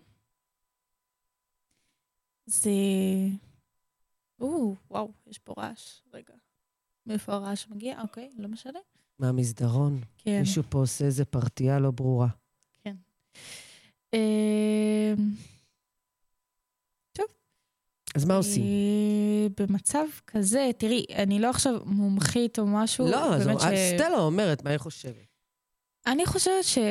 זה... או, וואו, יש פה רעש, רגע. מאיפה הרעש מגיע? אוקיי, לא משנה. מהמסדרון? כן. מישהו פה עושה איזה פרטייה לא ברורה. כן. טוב. אז מה עושים? במצב כזה, תראי, אני לא עכשיו מומחית או משהו. לא, אז סטלה אומרת, מה היא חושבת? אני חושבת ש...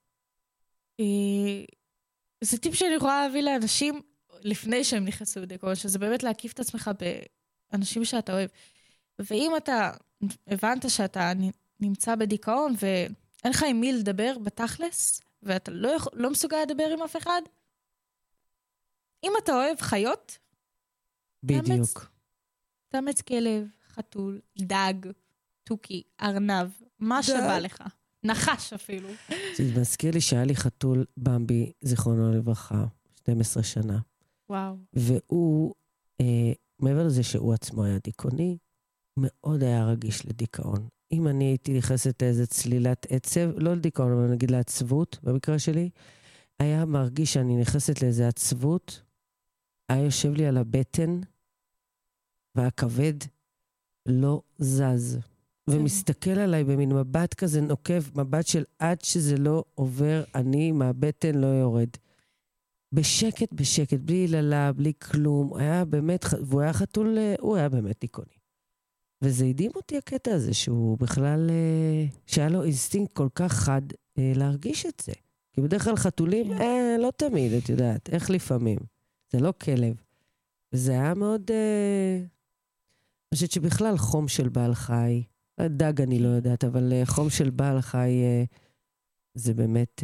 זה טיפ שאני יכולה להביא לאנשים לפני שהם נכנסו לדיכאון, שזה באמת להקיף את עצמך באנשים שאתה אוהב. ואם אתה הבנת שאתה נמצא בדיכאון ואין לך עם מי לדבר בתכלס, ואתה לא, יכול, לא מסוגל לדבר עם אף אחד, אם אתה אוהב חיות, בדיוק. תאמץ, תאמץ כלב, חתול, דג, טוקי, ארנב, מה שבא לך. נחש אפילו. זה מזכיר לי שהיה לי חתול במבי, זיכרונו לברכה, שתים עשרה שנה. וואו. והוא, אה, מעבר לזה שהוא עצמו היה דיכאוני, מאוד היה רגיש לדיכאון. אם אני הייתי נכנסת לאיזה צלילת עצב, לא לדיכאון, אבל נגיד לעצבות, במקרה שלי, היה מרגיש שאני נכנסת לאיזה עצבות, היה יושב לי על הבטן, והכבד לא זז. ומסתכל עליי במין מבט כזה נוקב, מבט של עד שזה לא עובר, אני מהבטן לא יורד. בשקט, בשקט, בלי יללה, בלי כלום. הוא היה באמת, והוא היה חתול, הוא היה באמת דיכאוני. וזה הדהים אותי הקטע הזה, שהוא בכלל, שהיה לו אינסטינקט כל כך חד להרגיש את זה. כי בדרך כלל חתולים, אה, לא תמיד, את יודעת, איך לפעמים. זה לא כלב. וזה היה מאוד, אה, אני חושבת שבכלל חום של בעל חי, דג אני לא יודעת, אבל חום של בעל חי, זה באמת,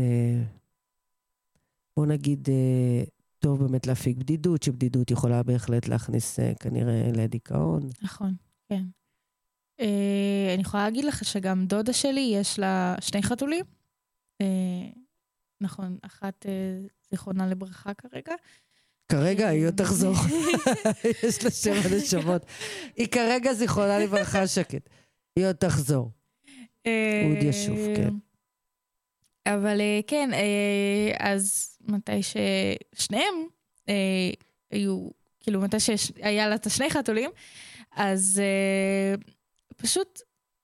בוא נגיד, טוב באמת להפיק בדידות, שבדידות יכולה בהחלט להכניס כנראה לדיכאון. נכון, כן. אני יכולה להגיד לך שגם דודה שלי, יש לה שני חתולים. נכון, אחת זיכרונה לברכה כרגע. כרגע היא עוד תחזור. יש לה שבע נשמות. היא כרגע זיכרונה לברכה שקט. היא עוד תחזור. הוא עוד ישוף, כן. אבל כן, אז מתי ששניהם היו, כאילו מתי שהיה לה את השני חתולים, אז פשוט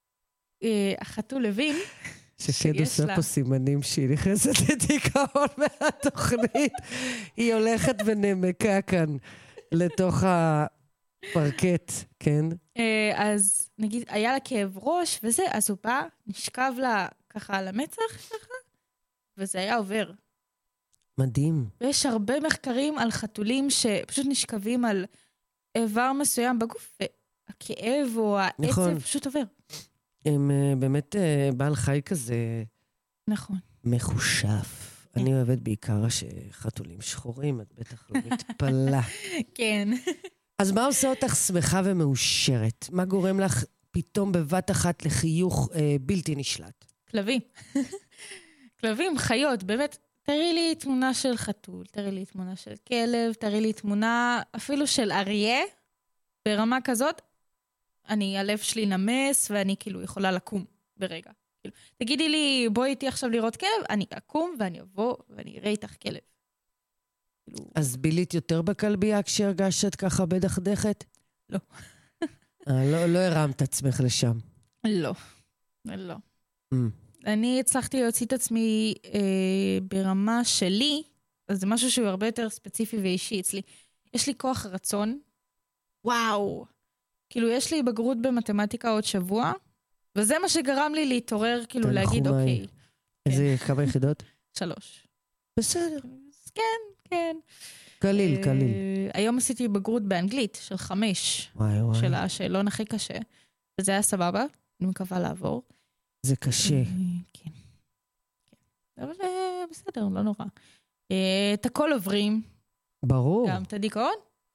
החתול הבין שכן עושה פה סימנים שהיא נכנסת לדיכאון מהתוכנית. היא הולכת ונמקה כאן לתוך הפרקט, כן? אז נגיד, היה לה כאב ראש וזה, אז הוא בא, נשכב לה ככה על המצח שלך, וזה היה עובר. מדהים. ויש הרבה מחקרים על חתולים שפשוט נשכבים על איבר מסוים בגוף, והכאב או העצב נכון. פשוט עובר. הם באמת בעל חי כזה... נכון. מחושף. אני אוהבת בעיקר שחתולים שחורים, את בטח לא מתפלה. כן. אז מה עושה אותך שמחה ומאושרת? מה גורם לך פתאום בבת אחת לחיוך אה, בלתי נשלט? כלבים. כלבים, חיות, באמת. תראי לי תמונה של חתול, תראי לי תמונה של כלב, תראי לי תמונה אפילו של אריה, ברמה כזאת, אני, הלב שלי נמס, ואני כאילו יכולה לקום ברגע. כאילו, תגידי לי, בואי איתי עכשיו לראות כלב, אני אקום ואני אבוא ואני אראה איתך כלב. כאילו... אז בילית יותר בכלבייה כשהרגשת ככה בדחדכת? לא. לא, לא הרמת עצמך לשם. לא, לא. Mm. אני הצלחתי להוציא את עצמי אה, ברמה שלי, אז זה משהו שהוא הרבה יותר ספציפי ואישי אצלי. יש לי כוח רצון, וואו! כאילו, יש לי בגרות במתמטיקה עוד שבוע, וזה מה שגרם לי להתעורר, כאילו, להגיד, אוקיי. איזה, כמה יחידות? שלוש. בסדר. כן, כן. קליל, קליל. היום עשיתי בגרות באנגלית של חמש. וואי, וואי. של השאלון הכי קשה. וזה היה סבבה, אני מקווה לעבור. זה קשה. כן. אבל בסדר, לא נורא. את הכל עוברים. ברור. גם את הדיכאון.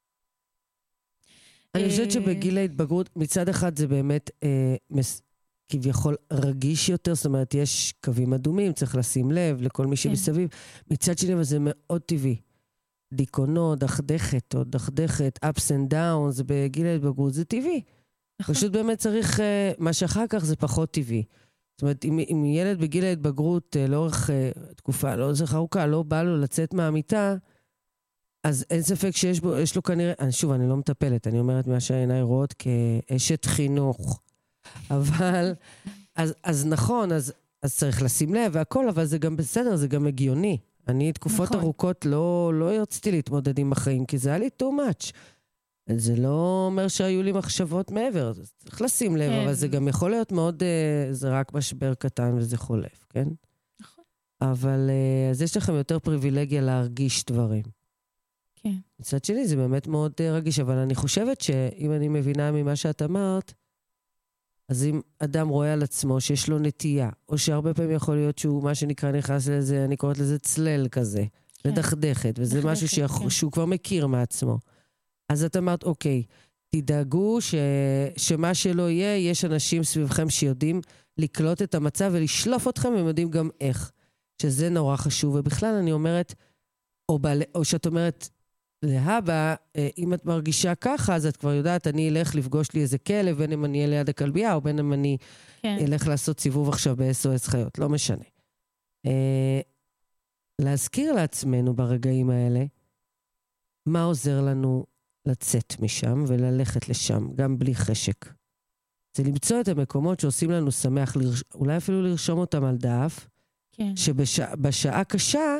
אני חושבת שבגיל ההתבגרות, מצד אחד זה באמת כביכול רגיש יותר, זאת אומרת, יש קווים אדומים, צריך לשים לב לכל מי שמסביב. מצד שני, אבל זה מאוד טבעי. דיכאונות, דחדכת, או דחדכת, ups and downs, בגיל ההתבגרות, זה טבעי. פשוט באמת צריך, מה שאחר כך זה פחות טבעי. זאת אומרת, אם, אם ילד בגיל ההתבגרות, לאורך תקופה, לא זכר ארוכה, לא בא לו לצאת מהמיטה, אז אין ספק שיש בו, יש לו כנראה, שוב, אני לא מטפלת, אני אומרת מה שהעיניי רואות כאשת חינוך. אבל, אז, אז נכון, אז, אז צריך לשים לב והכל, אבל זה גם בסדר, זה גם הגיוני. אני תקופות נכון. ארוכות לא, לא ירציתי להתמודד עם החיים, כי זה היה לי too much. זה לא אומר שהיו לי מחשבות מעבר, צריך לשים לב, אבל זה גם יכול להיות מאוד, זה רק משבר קטן וזה חולף, כן? נכון. אבל אז יש לכם יותר פריבילגיה להרגיש דברים. כן. מצד שני, זה באמת מאוד רגיש, אבל אני חושבת שאם אני מבינה ממה שאת אמרת, אז אם אדם רואה על עצמו שיש לו נטייה, או שהרבה פעמים יכול להיות שהוא, מה שנקרא, נכנס לזה, אני קוראת לזה צלל כזה, כן. לדחדכת, וזה דחדכת, משהו שיכול, כן. שהוא כבר מכיר מעצמו. אז את אמרת, אוקיי, תדאגו ש... שמה שלא יהיה, יש אנשים סביבכם שיודעים לקלוט את המצב ולשלוף אתכם, והם יודעים גם איך, שזה נורא חשוב. ובכלל אני אומרת, או, בעל... או שאת אומרת, להבא, אם את מרגישה ככה, אז את כבר יודעת, אני אלך לפגוש לי איזה כלב, בין אם אני אהיה ליד הכלבייה, או בין אם אני כן. אלך לעשות סיבוב עכשיו ב-אס או אס חיות, לא משנה. אה, להזכיר לעצמנו ברגעים האלה, מה עוזר לנו לצאת משם וללכת לשם, גם בלי חשק. זה למצוא את המקומות שעושים לנו שמח, לרש... אולי אפילו לרשום אותם על דף, כן. שבשעה קשה,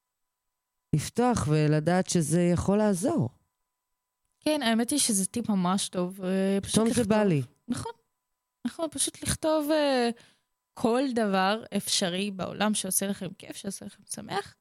לפתוח ולדעת שזה יכול לעזור. כן, האמת היא שזה טיפ ממש טוב. פתאום זה בא לי. נכון, נכון, פשוט לכתוב uh, כל דבר אפשרי בעולם שעושה לכם כיף, שעושה לכם שמח.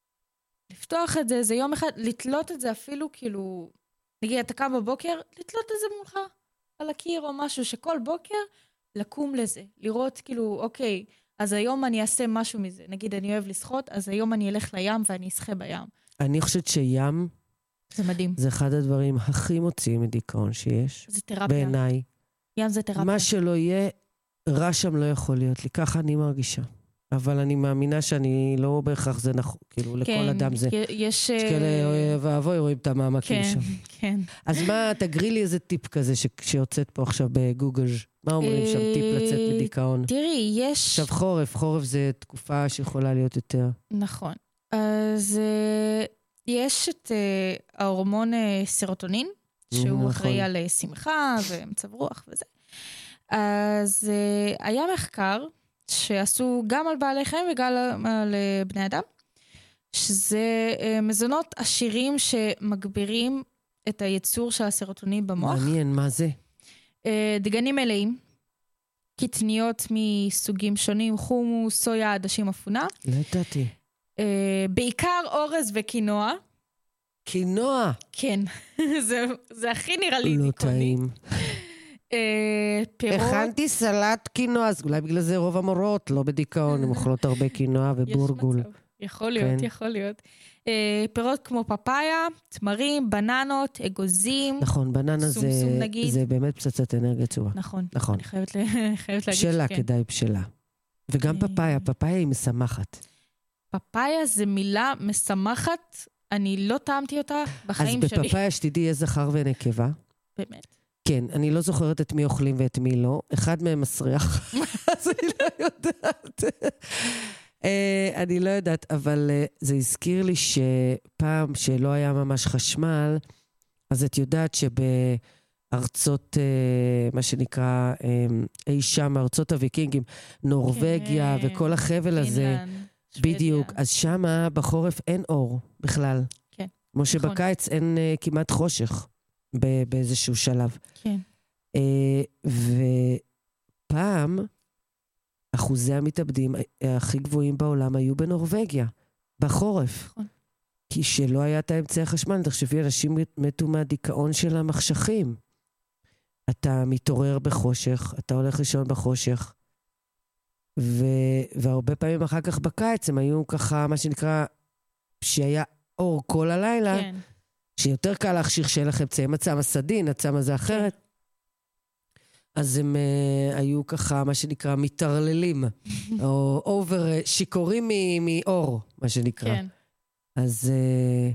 לפתוח את זה, זה יום אחד, לתלות את זה אפילו כאילו, נגיד, אתה קם בבוקר, לתלות את זה מולך על הקיר או משהו, שכל בוקר לקום לזה, לראות כאילו, אוקיי, אז היום אני אעשה משהו מזה. נגיד, אני אוהב לשחות, אז היום אני אלך לים ואני אשחה בים. אני חושבת שים... זה מדהים. זה אחד הדברים הכי מוציאים מדיכאון שיש. זה תרפיה. בעיניי. ים זה תרפיה. מה שלא יהיה, רע שם לא יכול להיות לי. ככה אני מרגישה. אבל אני מאמינה שאני לא בהכרח זה נכון. כאילו, כן, לכל אדם זה... יש... יש כאלה ואבוי רואים את המעמקים כן, שם. כן. אז מה, תגרי לי איזה טיפ כזה ש... שיוצאת פה עכשיו בגוגל. מה אומרים שם? טיפ לצאת מדיכאון. תראי, יש... עכשיו חורף, חורף זה תקופה שיכולה להיות יותר. נכון. אז יש את ההורמון סרוטונין, שהוא אחראי על שמחה ומצב רוח וזה. אז היה מחקר שעשו גם על בעלי חיים וגם על בני אדם, שזה מזונות עשירים שמגבירים את הייצור של הסרוטונין במוח. מעניין, מה זה? דגנים מלאים, קטניות מסוגים שונים, חומוס, סויה, עדשים אפונה. לא ידעתי. בעיקר אורז וקינוע. קינוע? כן, זה, זה הכי נראה לי לא דיכאוני. טעים. פירות. הכנתי סלט קינוע, אז אולי בגלל זה רוב המורות לא בדיכאון, הן אוכלות הרבה קינוע ובורגול. יש מצב, יכול להיות, יכול להיות. פירות כמו פפאיה, תמרים, בננות, אגוזים. נכון, בננה זה באמת פצצת אנרגיה צהובה. נכון, נכון. אני חייבת להגיד שכן. בשלה, כדאי בשלה. וגם פפאיה, פפאיה היא משמחת. פפאיה זה מילה משמחת, אני לא טעמתי אותה בחיים שלי. אז בפפאיה שתדעי יש זכר ונקבה. באמת. כן, אני לא זוכרת את מי אוכלים ואת מי לא. אחד מהם מסריח. אז אני לא יודעת. אני לא יודעת, אבל זה הזכיר לי שפעם שלא היה ממש חשמל, אז את יודעת שבארצות, מה שנקרא, אי שם, ארצות הוויקינגים, נורווגיה וכל החבל הזה, בדיוק, אז שמה בחורף אין אור בכלל. כן. כמו שבקיץ אין כמעט חושך באיזשהו שלב. כן. ופעם, אחוזי המתאבדים הכי גבוהים בעולם היו בנורווגיה, בחורף. כי שלא היה את האמצעי החשמל, תחשבי, אנשים מתו מהדיכאון של המחשכים. אתה מתעורר בחושך, אתה הולך לישון בחושך, ו... והרבה פעמים אחר כך בקיץ הם היו ככה, מה שנקרא, שהיה אור כל הלילה, כן. שיותר קל להחשיך שאין לכם צמא, הצמא סדין, הצמא זה אחרת. כן. אז הם uh, היו ככה, מה שנקרא, מתרללים, או אובר, שיקורים מאור, מה שנקרא. כן. אז uh,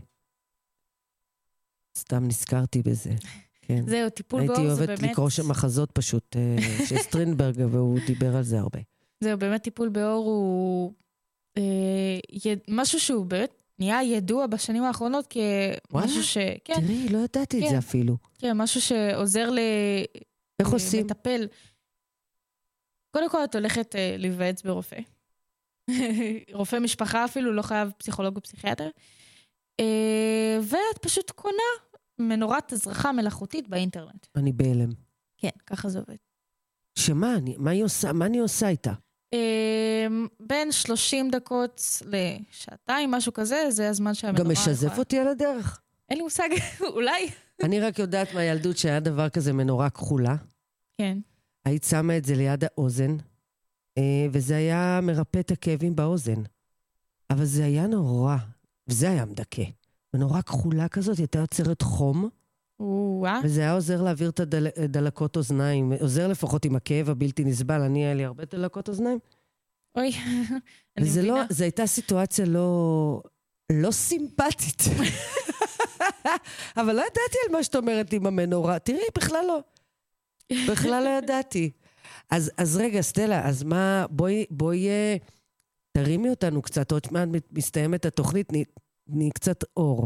סתם נזכרתי בזה. כן. זהו, טיפול באור זה באמת... הייתי אוהבת לקרוא שם מחזות פשוט, uh, של סטרינברג, והוא דיבר על זה הרבה. זהו, באמת טיפול באור הוא uh, יד... משהו שהוא באמת נהיה ידוע בשנים האחרונות, כמשהו ש... כן. תראי, לא ידעתי כן. את זה אפילו. כן, משהו שעוזר ל... איך עושים? מטפל. קודם כל את הולכת אה, להיוועץ ברופא. רופא משפחה אפילו, לא חייב פסיכולוג או פסיכיאטר. אה, ואת פשוט קונה מנורת הזרחה מלאכותית באינטרנט. אני בהלם. כן, ככה זה עובד. שמה, אני, מה היא עושה, מה אני עושה איתה? בין שלושים דקות לשעתיים, משהו כזה, זה הזמן שהמנורה... גם משזף אותי על הדרך. אין לי מושג, אולי. אני רק יודעת מהילדות שהיה דבר כזה מנורה כחולה. כן. היית שמה את זה ליד האוזן, וזה היה מרפא את הכאבים באוזן. אבל זה היה נורא, וזה היה מדכא. מנורה כחולה כזאת, הייתה יוצרת חום, וזה היה עוזר להעביר את הדלקות אוזניים. עוזר לפחות עם הכאב הבלתי נסבל. אני היה לי הרבה דלקות אוזניים. אוי, אני מבינה. לא, זו הייתה סיטואציה לא, לא סימפטית. אבל לא ידעתי על מה שאת אומרת עם המנורה. תראי, בכלל לא. בכלל לא ידעתי. אז, אז רגע, סטלה, אז מה, בואי, בואי, תרימי אותנו קצת, עוד מעט מסתיימת התוכנית, תני קצת אור.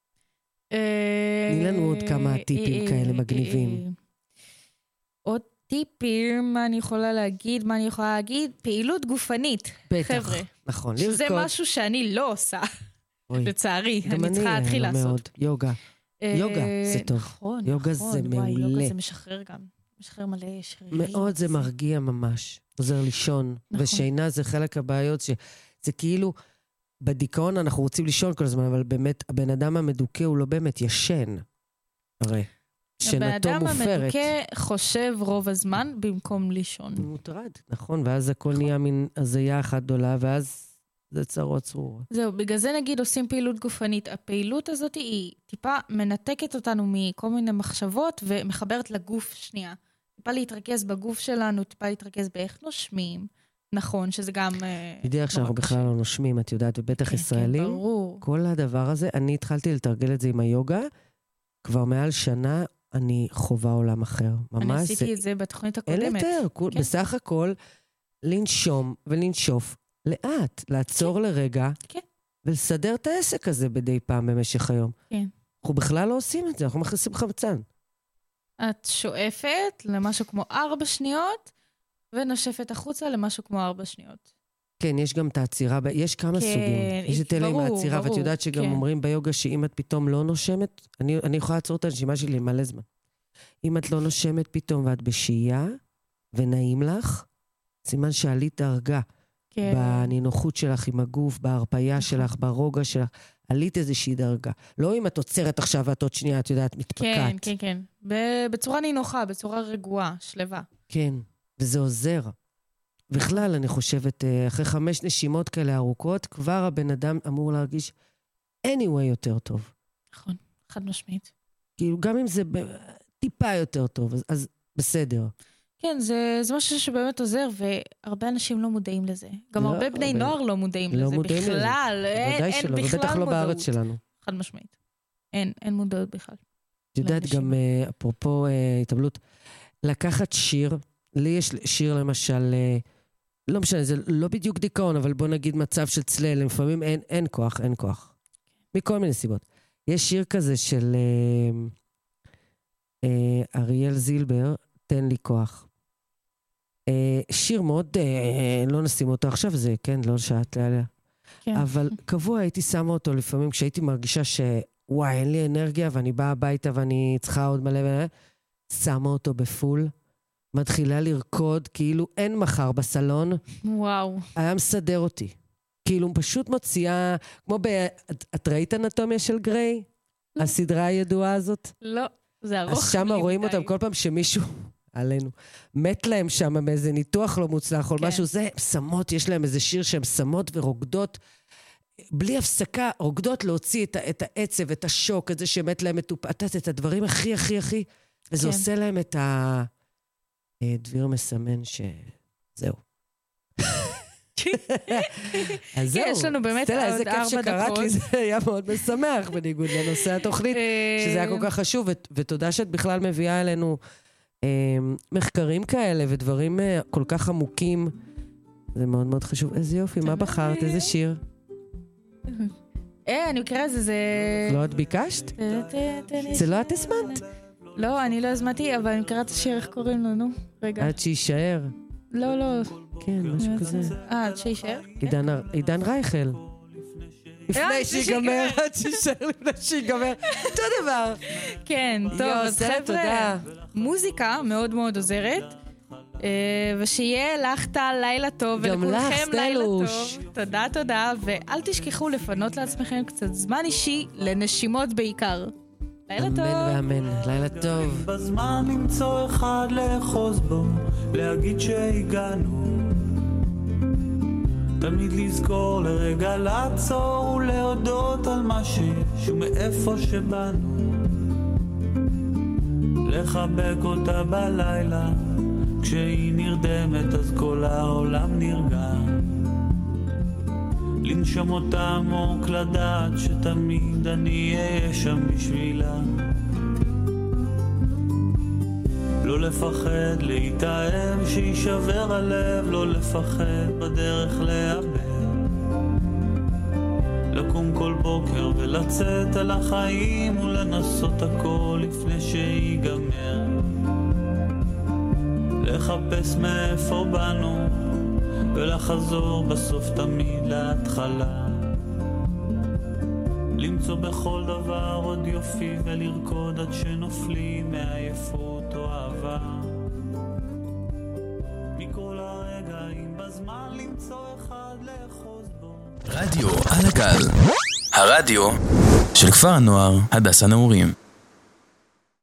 תני לנו עוד כמה טיפים כאלה מגניבים. עוד טיפים, מה אני יכולה להגיד? מה אני יכולה להגיד? פעילות גופנית. בטח, נכון. שזה משהו שאני לא עושה. לצערי, אני צריכה להתחיל לעשות. יוגה. יוגה זה טוב. נכון, יוגה זה מעולה. יוגה זה משחרר גם. משחרר מלא שרירים. מאוד זה מרגיע ממש. עוזר לישון. ושינה זה חלק הבעיות שזה כאילו... בדיכאון אנחנו רוצים לישון כל הזמן, אבל באמת, הבן אדם המדוכא הוא לא באמת ישן. הרי, שנתו מופרת. הבן אדם המדוכא חושב רוב הזמן במקום לישון. הוא מוטרד, נכון, ואז הכל נהיה מין הזיה אחת גדולה, ואז זה צרות צרור. זהו, בגלל זה נגיד עושים פעילות גופנית. הפעילות הזאת היא טיפה מנתקת אותנו מכל מיני מחשבות, ומחברת לגוף שנייה. טיפה להתרכז בגוף שלנו, טיפה להתרכז באיך נושמים, נכון, שזה גם... יודע איך שאנחנו בכלל לא נושמים, את יודעת, ובטח ישראלים. כן, ברור. כל הדבר הזה, אני התחלתי לתרגל את זה עם היוגה, כבר מעל שנה אני חובה עולם אחר. אני עשיתי את זה בתוכנית הקודמת. אין יותר, בסך הכל, לנשום ולנשוף לאט, לעצור לרגע, ולסדר את העסק הזה בדי פעם במשך היום. כן. אנחנו בכלל לא עושים את זה, אנחנו מכניסים חמצן. את שואפת למשהו כמו ארבע שניות, ונושפת החוצה למשהו כמו ארבע שניות. כן, יש גם את העצירה, יש כמה סוגים. יש את אלה עם העצירה, ואת יודעת שגם אומרים ביוגה שאם את פתאום לא נושמת, אני יכולה לעצור את הנשימה שלי מלא זמן. אם את לא נושמת פתאום ואת בשהייה, ונעים לך, סימן שעלית דרגה. בנינוחות שלך עם הגוף, בהרפאיה שלך, ברוגע שלך, עלית איזושהי דרגה. לא אם את עוצרת עכשיו ואת עוד שנייה, את יודעת, מתפקעת. כן, כן, כן. בצורה נינוחה, בצורה רגועה, שלווה. כן. וזה עוזר. בכלל, אני חושבת, אחרי חמש נשימות כאלה ארוכות, כבר הבן אדם אמור להרגיש anyway יותר טוב. נכון, חד משמעית. כאילו, גם אם זה טיפה יותר טוב, אז, אז בסדר. כן, זה, זה משהו שבאמת עוזר, והרבה אנשים לא מודעים לזה. גם לא, הרבה בני הרבה... נוער לא מודעים לא לזה. מודעים בכלל, לזה. אין, אין שלא, בכלל ובטח מודעות. לא בארץ שלנו. חד משמעית. אין, אין מודעות בכלל. את יודעת, גם אפרופו התאבלות, לקחת שיר, לי יש שיר למשל, לא משנה, זה לא בדיוק דיכאון, אבל בוא נגיד מצב של צליל, לפעמים אין, אין כוח, אין כוח. מכל מיני סיבות. יש שיר כזה של אה, אה, אריאל זילבר, תן לי כוח. אה, שיר מאוד, אה, לא נשים אותו עכשיו, זה כן, לא שעת עליה. כן. אבל קבוע הייתי שמה אותו לפעמים, כשהייתי מרגישה שוואי, אין לי אנרגיה, ואני באה הביתה ואני צריכה עוד מלא מלא, שמה אותו בפול, מתחילה לרקוד, כאילו אין מחר בסלון. וואו. היה מסדר אותי. כאילו פשוט מוציאה, כמו ב... את, את ראית אנטומיה של גריי? לא. הסדרה הידועה הזאת? לא, זה ארוך. אז שם רואים אותם כל פעם שמישהו, עלינו, מת להם שם מאיזה ניתוח לא מוצלח, או כן. משהו, זה שמות, יש להם איזה שיר שהם שמות ורוקדות, בלי הפסקה, רוקדות להוציא את, את העצב, את השוק, את זה שמת להם מטופטת, את הדברים הכי הכי הכי, וזה כן. עושה להם את ה... דביר מסמן שזהו. אז זהו. יש לנו באמת עוד ארבע דקות. איזה כיף שקראת לי, זה היה מאוד משמח, בניגוד לנושא התוכנית, שזה היה כל כך חשוב, ותודה שאת בכלל מביאה אלינו מחקרים כאלה, ודברים כל כך עמוקים. זה מאוד מאוד חשוב. איזה יופי, מה בחרת? איזה שיר? אה, אני מכירה את זה, זה... לא את ביקשת? זה לא את הזמנת? לא, אני לא הזמנתי, אבל אני מכירה את השיר, איך קוראים לו, נו? רגע. עד שישאר. לא, לא. כן, משהו כזה. אה, עד שישאר? עידן רייכל. לפני שיגמר, עד שישאר לפני שיגמר. אותו דבר. כן, טוב, אז חבר'ה, מוזיקה מאוד מאוד עוזרת. ושיהיה לך טל לילה טוב, ולכולכם לילה טוב. תודה, תודה, ואל תשכחו לפנות לעצמכם קצת זמן אישי לנשימות בעיקר. לילה טוב. אמן ואמן, לילה טוב. בזמן למצוא אחד לאחוז בו, להגיד שהגענו, תמיד לזכור לרגע לעצור ולהודות על מה שיש ומאיפה שבאנו, לחבק אותה בלילה כשהיא נרדמת אז כל העולם נרגע, לנשום אותה עמוק לדעת שתמיד אני אהיה שם בשבילה, לא לפחד להתאהב שישבר הלב, לא לפחד בדרך לאבד, לקום כל בוקר ולצאת על החיים ולנסות הכל לפני שיגמר, לחפש מאיפה באנו ולחזור בסוף תמיד להתחלה, למצוא בכל דבר עוד יופי ולרקוד עד שנופלים מעייפות או אהבה, מכל הרגעים בזמן למצוא אחד לאחוז בו. רדיו על הגל, הרדיו של כפר הנוער הדס הנעורים.